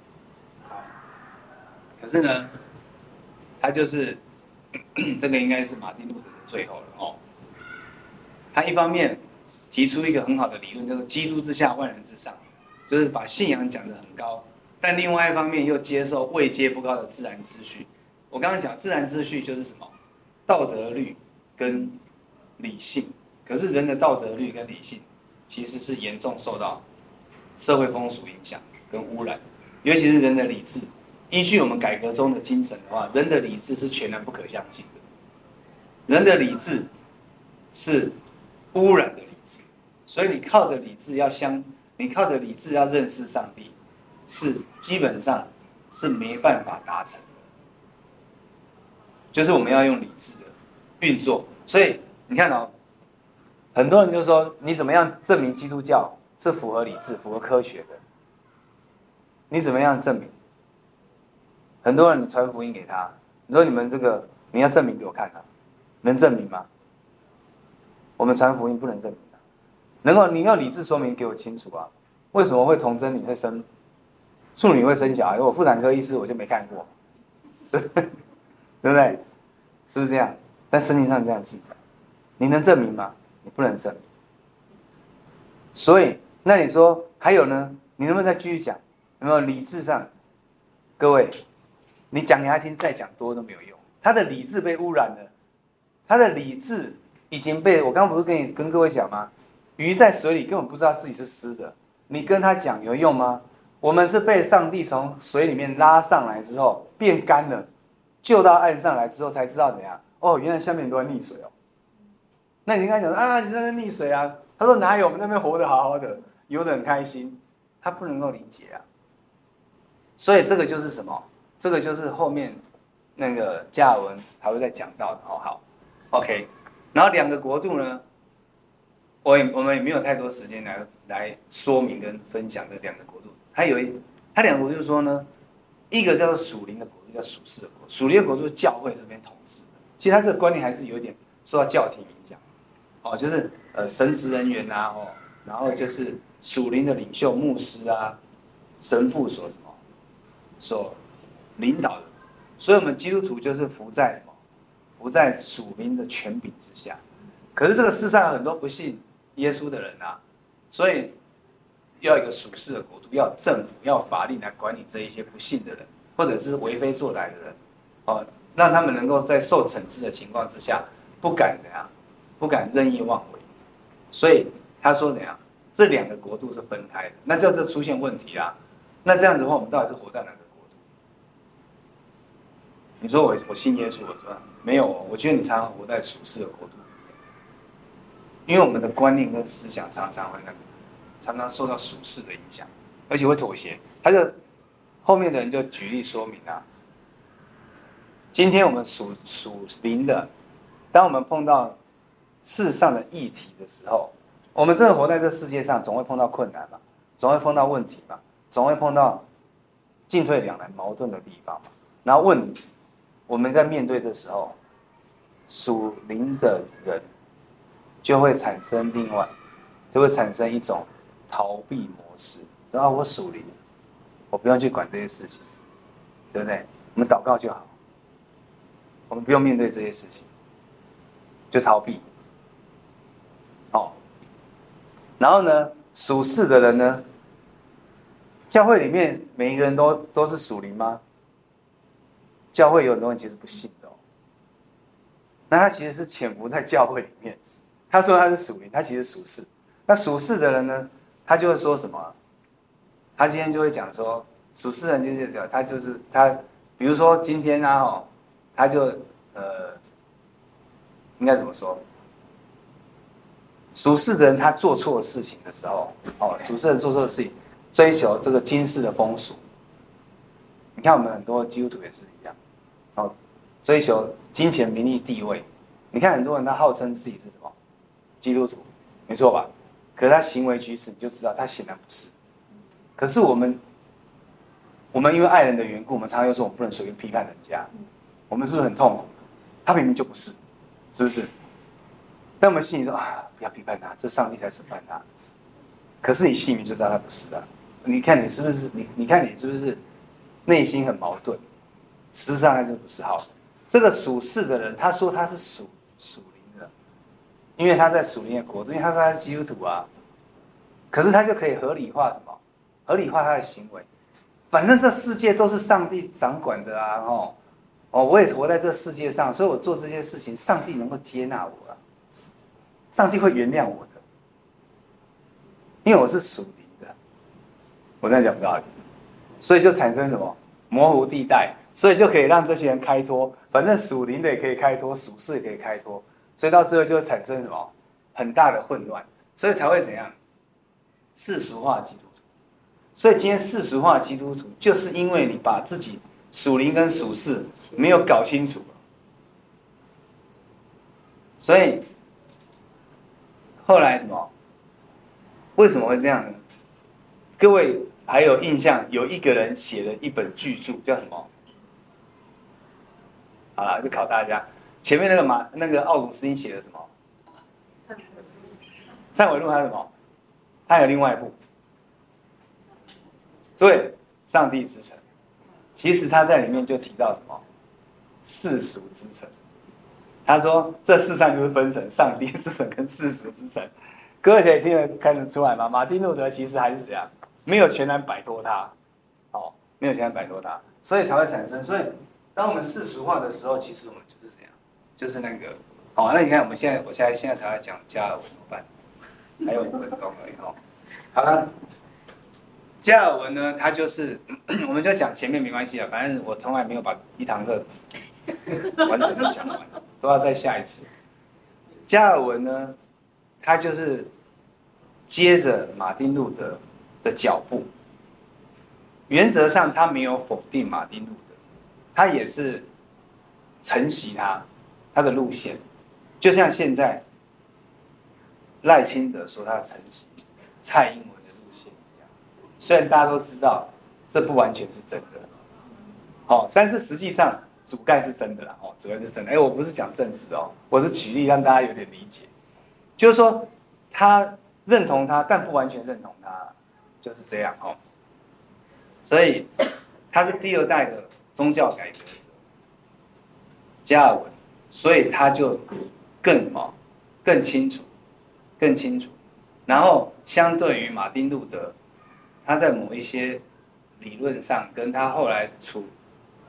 可是呢，他就是这个应该是马丁路德的最后了哦。他一方面提出一个很好的理论，叫做基督之下万人之上，就是把信仰讲得很高，但另外一方面又接受位阶不高的自然秩序。我刚刚讲自然秩序就是什么？道德律跟理性。可是人的道德律跟理性其实是严重受到社会风俗影响跟污染，尤其是人的理智。依据我们改革中的精神的话，人的理智是全然不可相信的，人的理智是污染的理智，所以你靠着理智要相，你靠着理智要认识上帝，是基本上是没办法达成的。就是我们要用理智的运作，所以你看哦，很多人就说你怎么样证明基督教是符合理智、符合科学的？你怎么样证明？很多人你传福音给他，你说你们这个你要证明给我看啊，能证明吗？我们传福音不能证明啊，能够你要理智说明给我清楚啊，为什么会童贞女会生，处女会生小孩？我妇产科医师我就没看过，对不对？是不是这样？但圣经上这样记载，你能证明吗？你不能证明。所以，那你说还有呢？你能不能再继续讲？有没有理智上？各位，你讲给他听，再讲多都没有用。他的理智被污染了，他的理智已经被我刚刚不是跟你跟各位讲吗？鱼在水里根本不知道自己是湿的，你跟他讲有用吗？我们是被上帝从水里面拉上来之后变干了，救到岸上来之后才知道怎样。哦，原来下面都在溺水哦。那你跟他讲啊，你在那溺水啊？他说哪有，我们那边活得好好的，游得很开心。他不能够理解啊。所以这个就是什么？这个就是后面那个加尔文还会再讲到的。哦，好 ，OK。然后两个国度呢，我也我们也没有太多时间来来说明跟分享这两个国度。它有一，它两个国度就是说呢，一个叫做属灵的国度，叫属世的国度。属灵的国度是教会这边统治的。其实它这个观念还是有点受到教廷影响，哦，就是呃神职人员啊，哦，然后就是属灵的领袖、牧师啊、神父所什么所领导的。所以我们基督徒就是服在什么？服在属灵的权柄之下。可是这个世上有很多不信耶稣的人啊，所以要一个属世的国度，要政府、要法令来管理这一些不信的人。 或者是为非作歹的人，哦，让他们能够在受惩治的情况之下，不敢怎样，不敢任意妄为。所以他说怎样，这两个国度是分开的，那就这出现问题啊。那这样子的话，我们到底是活在哪个国度？你说我我信耶稣，我说没有，我觉得你常常活在属世的国度，因为我们的观念跟思想常常会那个，常常受到属世的影响，而且会妥协。他就后面的人就举例说明啊，今天我们属属灵的，当我们碰到世上的议题的时候，我们真的活在这世界上，总会碰到困难嘛，总会碰到问题嘛，总会碰到进退两难、矛盾的地方嘛。然后问你，我们在面对这时候，属灵的人就会产生另外，就会产生一种逃避模式。然后我属灵，我不用去管这些事情，对不对？我们祷告就好，我们不用面对这些事情，就逃避。哦，然后呢，属世的人呢，教会里面每一个人都都是属灵吗？教会有很多人其实不信的哦。那他其实是潜伏在教会里面，他说他是属灵，他其实属世。那属世的人呢，他就会说什么？他今天就会讲说，属世人就是讲他就是他，比如说今天啊，哦，他就呃，应该怎么说？属世的人他做错事情的时候，哦，属世人做错事情，追求这个今世的风俗。你看我们很多基督徒也是一样，哦，追求金钱、名利、地位。你看很多人他号称自己是什么基督徒，没错吧？可是他行为举止你就知道他显然不是。可是我们，我们因为爱人的缘故，我们常常又说我们不能随便批判人家，我们是不是很痛苦？他明明就不是，是不是？但我们心里说啊，不要批判他，这上帝才审判他。可是你心里面就知道他不是啊。你看你是不是你？你看你是不是内心很矛盾？事实上他就不是好的。这个属世的人，他说他是属属灵的，因为他在属灵的国度，因为他说他是基督徒啊。可是他就可以合理化什么？合理化他的行为。反正这世界都是上帝掌管的啊，哦哦，我也活在这世界上，所以我做这些事情，上帝能够接纳我啊。上帝会原谅我的，因为我是属灵的。我这样讲不道理，所以就产生什么模糊地带，所以就可以让这些人开脱。反正属灵的也可以开脱，属世也可以开脱，所以到最后就会产生什么很大的混乱，所以才会怎样世俗化基督徒。所以今天世俗化基督徒，就是因为你把自己属灵跟属世没有搞清楚，所以。后来什么？为什么会这样呢？各位还有印象？有一个人写了一本巨著，叫什么？好了，就考大家。前面那个马，那个奥古斯丁写的什么？忏悔录还有什么？还有另外一部。对，上帝之城。其实他在里面就提到什么？世俗之城。他说：“这世上就是分成上帝之城跟世俗之城。”各位可以听得看得出来吗？马丁路德其实还是怎样，没有全然摆脱他，哦，没有全然摆脱他，所以才会产生。所以，当我们世俗化的时候，其实我们就是这样，就是那个，哦，那你看我们现在，我现在现在才来讲加尔文怎么办？还有五分钟而已哦。好了，加尔文呢，他就是，我们就讲前面没关系了，反正我从来没有把一堂课完整的讲完。都要再下一次。加尔文呢，他就是接着马丁路德的脚步，原则上他没有否定马丁路德，他也是承袭他他的路线，就像现在赖清德说他承袭蔡英文的路线一样。虽然大家都知道这不完全是真的，好，但是实际上。主干是真的啦，哦，主干是真的。哎，我不是讲政治哦，我是举例让大家有点理解，就是说他认同他，但不完全认同他，就是这样哦。所以他是第二代的宗教改革者，加尔文，所以他就更什么更清楚，更清楚。然后相对于马丁路德，他在某一些理论上跟他后来处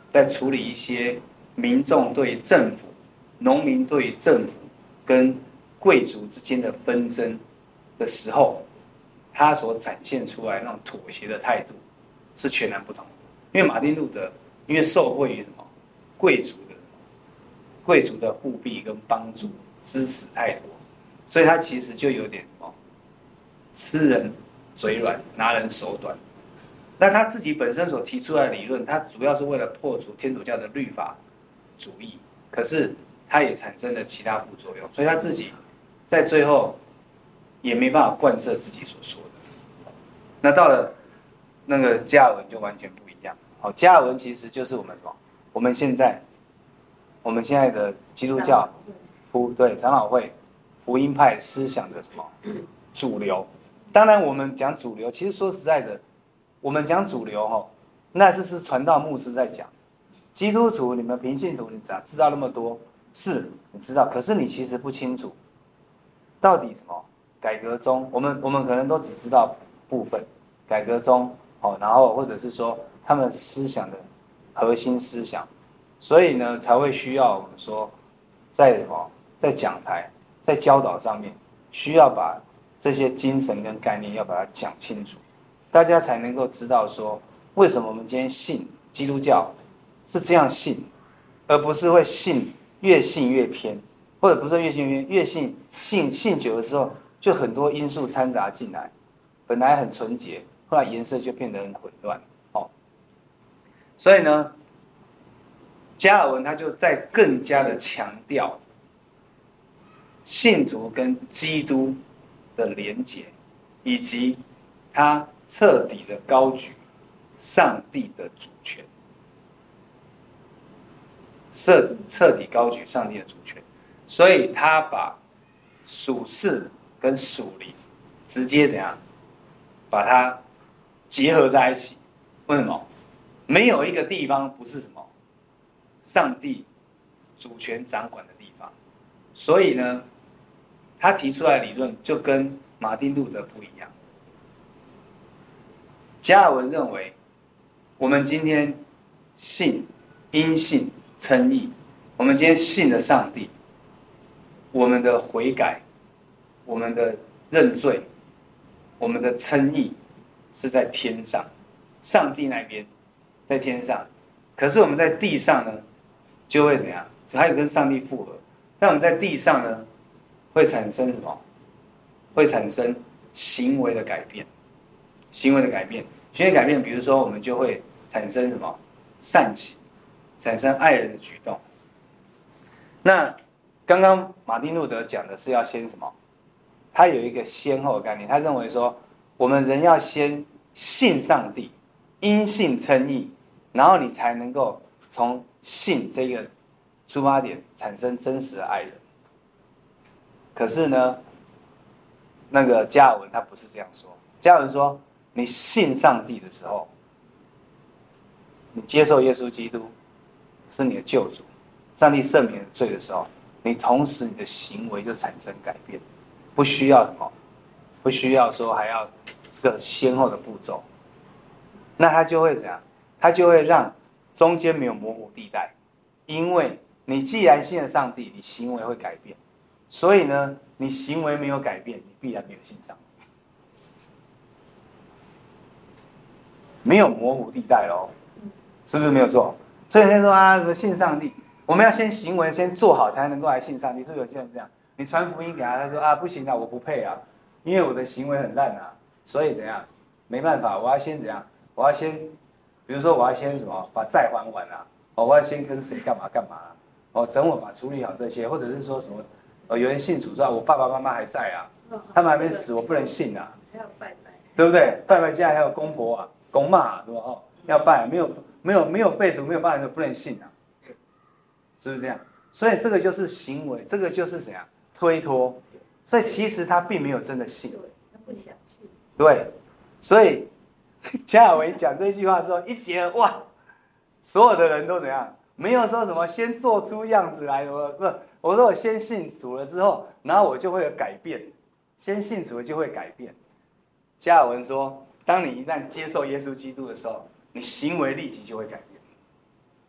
在处理一些民众对政府、农民对政府跟贵族之间的纷争的时候，他所展现出来那种妥协的态度是全然不同的。因为马丁路德因为受惠于什么贵族的贵族的护庇跟帮助支持太多，所以他其实就有点什么吃人嘴软拿人手短。那他自己本身所提出来的理论，他主要是为了破除天主教的律法主义，可是他也产生了其他副作用，所以他自己在最后也没办法贯彻自己所说的。那到了那个加尔文就完全不一样。好，加尔文其实就是我们什么？我们现在我们现在的基督教福对长老会福音派思想的什么主流。当然，我们讲主流，其实说实在的，我们讲主流哈，那是是传道牧师在讲。基督徒，你们平信徒，你咋知道那么多？是，你知道，可是你其实不清楚，到底什么？改革中，我们我们可能都只知道部分。改革中，哦，然后或者是说他们思想的核心思想，所以呢才会需要我们说，在什么，在讲台，在教导上面，需要把这些精神跟概念要把它讲清楚，大家才能够知道说，为什么我们今天信基督教是这样信，而不是会信越信越偏，或者不是越信越偏，越信信信久的时候，就很多因素掺杂进来，本来很纯洁，后来颜色就变得很混乱。哦，所以呢，加尔文他就在更加的强调信徒跟基督的连结，以及他彻底的高举上帝的主权，彻彻底高举上帝的主权，所以他把属世跟属灵直接怎样把它结合在一起？为什么？没有一个地方不是什么上帝主权掌管的地方，所以呢，他提出来的理论就跟马丁路德不一样。加尔文认为，我们今天信因信称义，我们今天信了上帝，我们的悔改，我们的认罪，我们的称义是在天上，上帝那边在天上，可是我们在地上呢，就会怎样？还有跟上帝复合。但我们在地上呢，会产生什么？会产生行为的改变，行为的改变，行为改变，比如说我们就会产生什么善行，产生爱人的举动。那刚刚马丁路德讲的是要先什么？他有一个先后的概念，他认为说，我们人要先信上帝，因信称义，然后你才能够从信这个出发点产生真实的爱人。可是呢，那个加尔文他不是这样说。加尔文说，你信上帝的时候，你接受耶稣基督是你的救主，上帝赦免你的罪的时候，你同时你的行为就产生改变，不需要什么，不需要说还要这个先后的步骤。那他就会怎样？他就会让中间没有模糊地带，因为你既然信了上帝，你行为会改变，所以呢，你行为没有改变，你必然没有信上帝，没有模糊地带咯，是不是没有错？所以人家说啊，什么信上帝，我们要先行为先做好，才能够来信上帝。是不是有些人这样？你传福音给他，他说啊，不行啊，我不配啊，因为我的行为很烂啊，所以怎样？没办法，我要先怎样？我要先，比如说我要先什么，把债还完啊，哦，我要先跟谁干嘛干嘛啊，哦，等我把处理好这些，或者是说什么，呃，有人信主说，我爸爸妈妈还在啊，他们还没死，我不能信啊， 还要拜拜， 对不对？拜拜家还有公婆啊、公妈啊，是吧？哦，要拜，没有没有没有被主没有办法就不能信啊，是不是这样？所以这个就是行为，这个就是怎样推脱，所以其实他并没有真的信， 对，他不想信， 对，所以加尔文讲这句话之后，一结合哇，所有的人都怎样？没有说什么先做出样子来，我不，我说我先信主了之后，然后我就会有改变，先信主了就会改变。加尔文说，当你一旦接受耶稣基督的时候，你行为立即就会改变。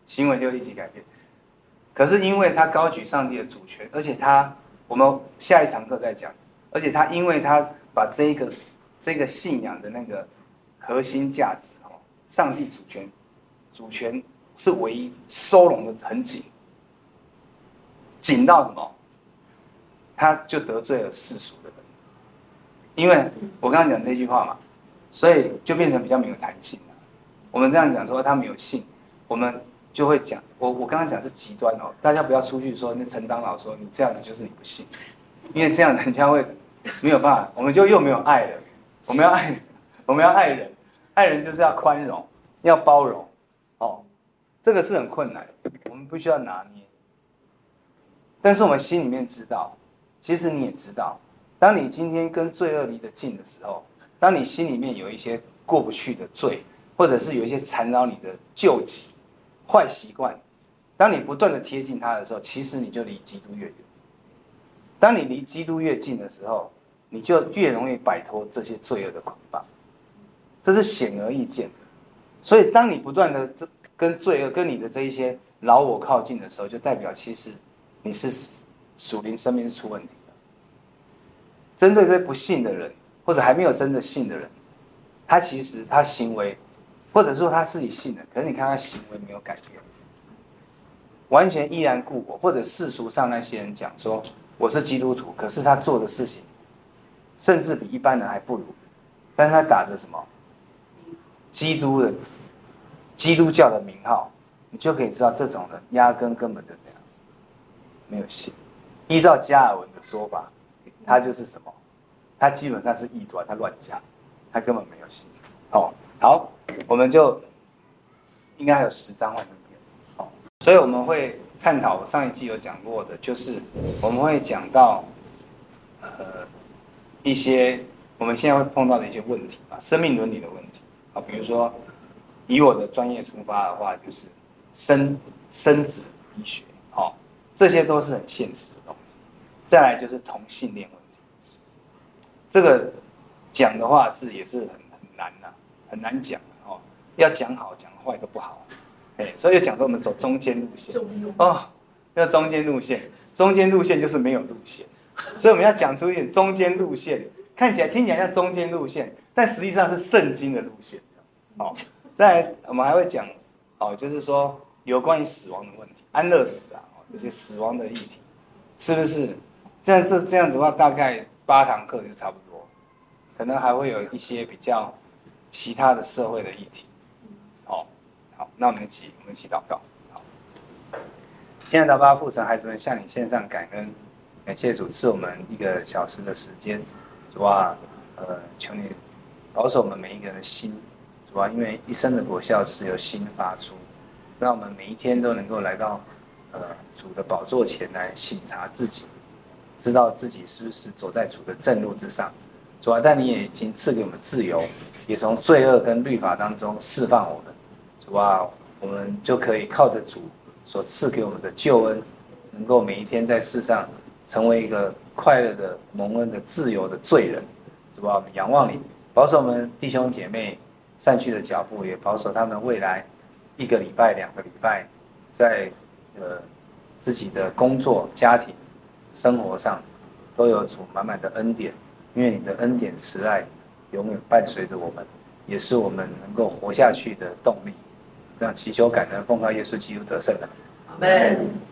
行为就立即改变。可是因为他高举上帝的主权，而且他我们下一堂课再讲，而且他因为他把这一个这个信仰的那个核心价值哦，上帝主权，主权是唯一，收拢的很紧，紧到什么？他就得罪了世俗的人，因为我刚刚讲这句话嘛，所以就变成比较没有弹性了。我们这样讲说他没有信，我们就会讲，我我刚刚讲是极端哦，大家不要出去说那陈长老说你这样子就是你不信，因为这样人家会没有办法，我们就又没有爱了。我们要爱，我们要爱人，爱人就是要宽容，要包容，哦，这个是很困难，我们必须要拿捏。但是我们心里面知道，其实你也知道，当你今天跟罪恶离得近的时候，当你心里面有一些过不去的罪，或者是有一些缠绕你的旧疾、坏习惯，当你不断的贴近它的时候，其实你就离基督越远。当你离基督越近的时候，你就越容易摆脱这些罪恶的捆绑，这是显而易见的。所以，当你不断的跟罪恶、跟你的这一些老我靠近的时候，就代表其实你是属灵生命是出问题的。针对这些不信的人，或者还没有真的信的人，他其实他行为，或者说他自己信的，可是你看他行为没有改变，完全依然故我，或者世俗上那些人讲说我是基督徒，可是他做的事情甚至比一般人还不如，但是他打着什么基督的基督教的名号，你就可以知道这种人压根根本就这样没有信。依照加尔文的说法，他就是什么？他基本上是异端，他乱讲，他根本没有信。哦，好，我们就应该还有十章或者篇，哦，所以我们会探讨上一季有讲过的，就是我们会讲到呃一些我们现在会碰到的一些问题啊，生命伦理的问题啊，比如说以我的专业出发的话，就是生生子医学，哦，这些都是很现实的东西。再来就是同性恋问题，这个讲的话是也是很很难呐、啊，很难讲哦，要讲好讲坏都不好，哎，所以就讲说我们走中间路线哦，那中间路线，中间路线就是没有路线。所以我们要讲出一点中间路线，看起来听起来像中间路线，但实际上是圣经的路线。好，再来我们还会讲，哦，就是说有关于死亡的问题，安乐死啊，这些死亡的议题，是不是？这样这这样子的话，大概八堂课就差不多，可能还会有一些比较其他的社会的议题。好，好，那我们一起我们一起祷告。好，现在祷告父神，孩子们向你献上感恩。感谢主赐我们一个小时的时间，主啊，呃，求你保守我们每一个人的心，主啊，因为一生的果效是由心发出，让我们每一天都能够来到呃主的宝座前来省察自己，知道自己是不是走在主的正路之上。主啊，但你也已经赐给我们自由，也从罪恶跟律法当中释放我们。主啊，我们就可以靠着主所赐给我们的救恩，能够每一天在世上成为一个快乐的、蒙恩的、自由的罪人。主啊，我们仰望你，保守我们弟兄姐妹散去的脚步，也保守他们未来一个礼拜、两个礼拜，在呃自己的工作、家庭、生活上都有主满满的恩典，因为你的恩典慈爱永远伴随着我们，也是我们能够活下去的动力。这样祈求感恩，奉靠耶稣基督得胜的。 阿们。